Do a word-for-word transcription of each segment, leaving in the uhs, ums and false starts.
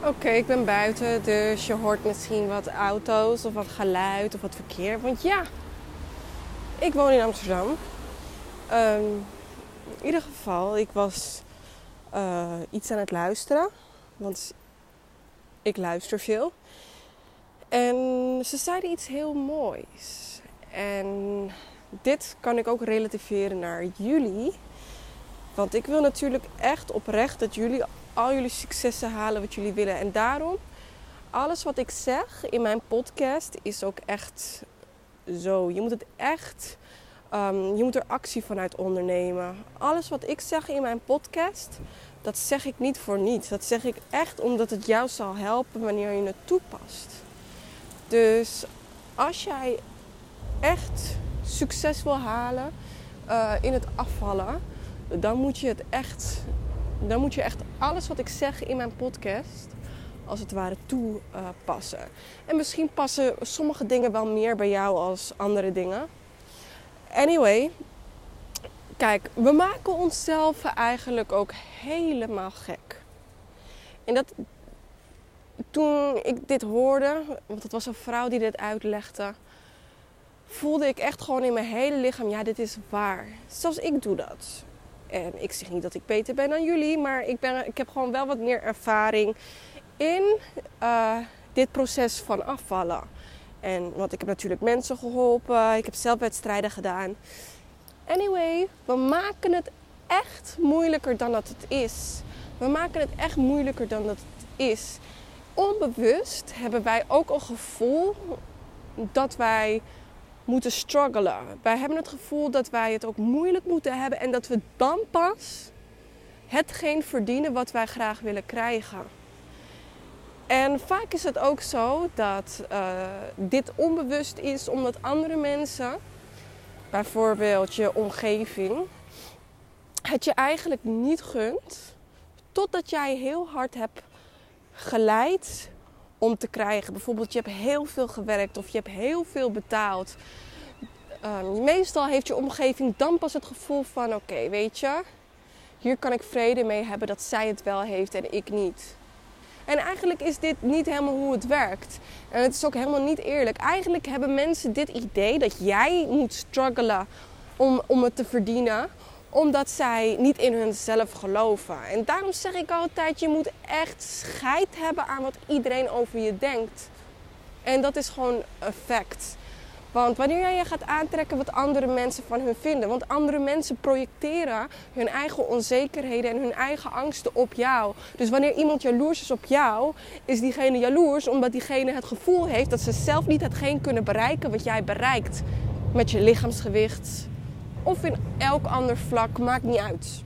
Oké, ik ben buiten, dus je hoort misschien wat auto's of wat geluid of wat verkeer. Want ja, ik woon in Amsterdam. Um, in ieder geval, ik was uh, iets aan het luisteren. Want ik luister veel. En ze zeiden iets heel moois. En dit kan ik ook relativeren naar jullie. Want ik wil natuurlijk echt oprecht dat jullie al jullie successen halen wat jullie willen. En daarom, alles wat ik zeg in mijn podcast is ook echt zo. Je moet het echt, um, je moet er actie vanuit ondernemen. Alles wat ik zeg in mijn podcast, dat zeg ik niet voor niets. Dat zeg ik echt omdat het jou zal helpen wanneer je het toepast. Dus als jij echt succes wil halen uh, in het afvallen, dan moet je het echt, dan moet je echt alles wat ik zeg in mijn podcast als het ware toepassen. Uh, en misschien passen sommige dingen wel meer bij jou als andere dingen. Anyway, kijk, we maken onszelf eigenlijk ook helemaal gek. En dat, toen ik dit hoorde, want het was een vrouw die dit uitlegde, voelde ik echt gewoon in mijn hele lichaam, ja, dit is waar. Zelfs ik doe dat. En ik zeg niet dat ik beter ben dan jullie, maar ik, ben, ik heb gewoon wel wat meer ervaring in uh, dit proces van afvallen. En want ik heb natuurlijk mensen geholpen, ik heb zelf wedstrijden gedaan. Anyway, we maken het echt moeilijker dan dat het is. We maken het echt moeilijker dan dat het is. Onbewust hebben wij ook een gevoel dat wij moeten struggelen. Wij hebben het gevoel dat wij het ook moeilijk moeten hebben en dat we dan pas hetgeen verdienen wat wij graag willen krijgen. En vaak is het ook zo dat uh, dit onbewust is omdat andere mensen, bijvoorbeeld je omgeving, het je eigenlijk niet gunt totdat jij heel hard hebt geleid om te krijgen. Bijvoorbeeld je hebt heel veel gewerkt of je hebt heel veel betaald. Um, meestal heeft je omgeving dan pas het gevoel van oké, okay, weet je, hier kan ik vrede mee hebben dat zij het wel heeft en ik niet. En eigenlijk is dit niet helemaal hoe het werkt. En het is ook helemaal niet eerlijk. Eigenlijk hebben mensen dit idee dat jij moet struggelen om, om het te verdienen, omdat zij niet in hunzelf geloven. En daarom zeg ik altijd, je moet echt scheid hebben aan wat iedereen over je denkt. En dat is gewoon een fact. Want wanneer jij je gaat aantrekken wat andere mensen van hun vinden. Want andere mensen projecteren hun eigen onzekerheden en hun eigen angsten op jou. Dus wanneer iemand jaloers is op jou, is diegene jaloers omdat diegene het gevoel heeft dat ze zelf niet hetgeen kunnen bereiken wat jij bereikt. Met je lichaamsgewicht of in elk ander vlak, maakt niet uit.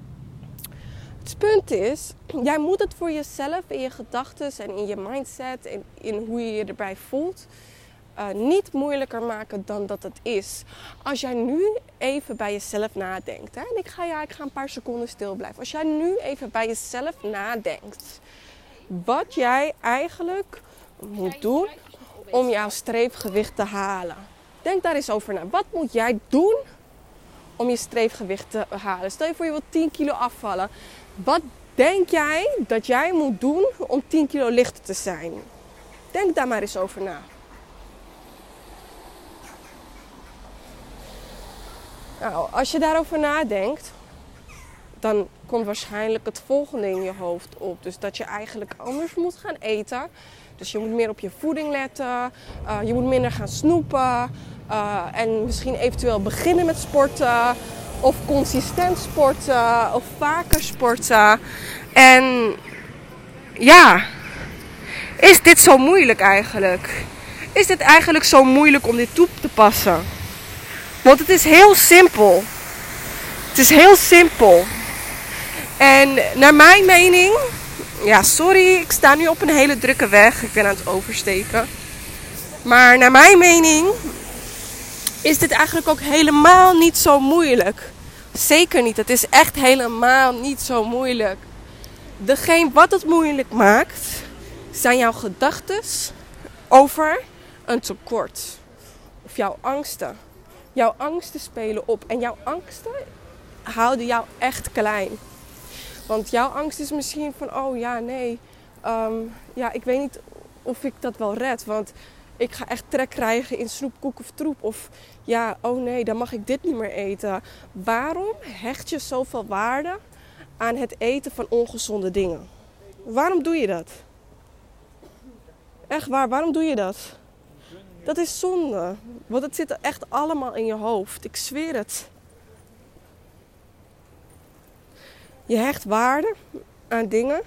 Het punt is, jij moet het voor jezelf, in je gedachten en in je mindset en in hoe je je erbij voelt, Uh, niet moeilijker maken dan dat het is. Als jij nu even bij jezelf nadenkt. Hè? En ik ga, ja, ik ga een paar seconden stil blijven. Als jij nu even bij jezelf nadenkt. Wat jij eigenlijk moet doen om jouw streefgewicht te halen. Denk daar eens over na. Wat moet jij doen om je streefgewicht te halen? Stel je voor je wilt tien kilo afvallen. Wat denk jij dat jij moet doen om tien kilo lichter te zijn? Denk daar maar eens over na. Nou, als je daarover nadenkt, dan komt waarschijnlijk het volgende in je hoofd op. Dus dat je eigenlijk anders moet gaan eten. Dus je moet meer op je voeding letten. Uh, je moet minder gaan snoepen. Uh, en misschien eventueel beginnen met sporten. Of consistent sporten. Of vaker sporten. En ja, is dit zo moeilijk eigenlijk? Is dit eigenlijk zo moeilijk om dit toe te passen? Want het is heel simpel. Het is heel simpel. En naar mijn mening, ja sorry, ik sta nu op een hele drukke weg. Ik ben aan het oversteken. Maar naar mijn mening is dit eigenlijk ook helemaal niet zo moeilijk. Zeker niet. Het is echt helemaal niet zo moeilijk. Degene wat het moeilijk maakt, zijn jouw gedachten over een tekort. Of jouw angsten. Jouw angsten spelen op. En jouw angsten houden jou echt klein. Want jouw angst is misschien van, oh ja, nee. um, ja, ik weet niet of ik dat wel red. Want ik ga echt trek krijgen in snoep, koek of troep. Of ja, oh nee, dan mag ik dit niet meer eten. Waarom hecht je zoveel waarde aan het eten van ongezonde dingen? Waarom doe je dat? Echt waar, waarom doe je dat? Dat is zonde. Want het zit echt allemaal in je hoofd. Ik zweer het. Je hecht waarde aan dingen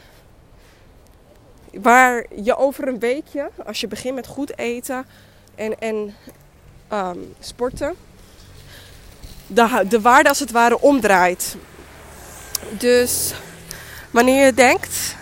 waar je over een weekje, als je begint met goed eten en, en um, sporten, de, de waarde als het ware omdraait. Dus wanneer je denkt,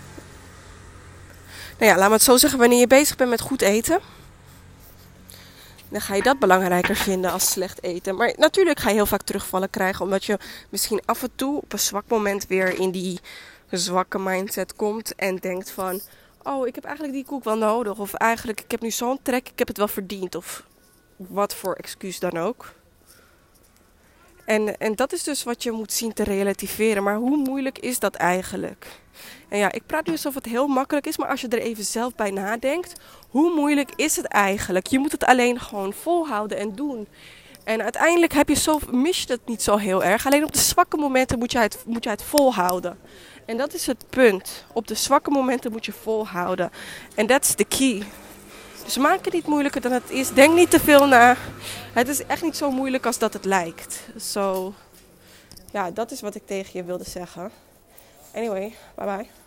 nou ja, laat me het zo zeggen, wanneer je bezig bent met goed eten, dan ga je dat belangrijker vinden als slecht eten. Maar natuurlijk ga je heel vaak terugvallen krijgen, omdat je misschien af en toe op een zwak moment weer in die zwakke mindset komt en denkt van, oh, ik heb eigenlijk die koek wel nodig. Of eigenlijk, ik heb nu zo'n trek, ik heb het wel verdiend. Of wat voor excuus dan ook. En, en dat is dus wat je moet zien te relativeren. Maar hoe moeilijk is dat eigenlijk? En ja, ik praat nu alsof het heel makkelijk is. Maar als je er even zelf bij nadenkt. Hoe moeilijk is het eigenlijk? Je moet het alleen gewoon volhouden en doen. En uiteindelijk heb je zo, mis je het niet zo heel erg. Alleen op de zwakke momenten moet je het, moet je het volhouden. En dat is het punt. Op de zwakke momenten moet je volhouden. En that's the key. Dus maak het niet moeilijker dan het is. Denk niet te veel na. Het is echt niet zo moeilijk als dat het lijkt. So, ja, dat is wat ik tegen je wilde zeggen. Anyway, bye bye.